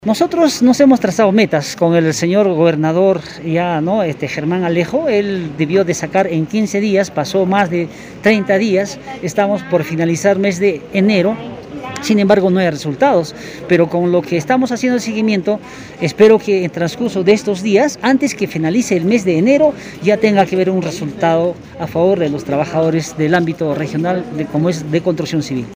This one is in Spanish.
Nosotros nos hemos trazado metas con el señor gobernador ya, ¿no? Germán Alejo. Él debió de sacar en 15 días, pasó más de 30 días, estamos por finalizar mes de enero. Sin embargo, no hay resultados, pero con lo que estamos haciendo el seguimiento, espero que en el transcurso de estos días, antes que finalice el mes de enero, ya tenga que ver un resultado a favor de los trabajadores del ámbito regional como es de construcción civil.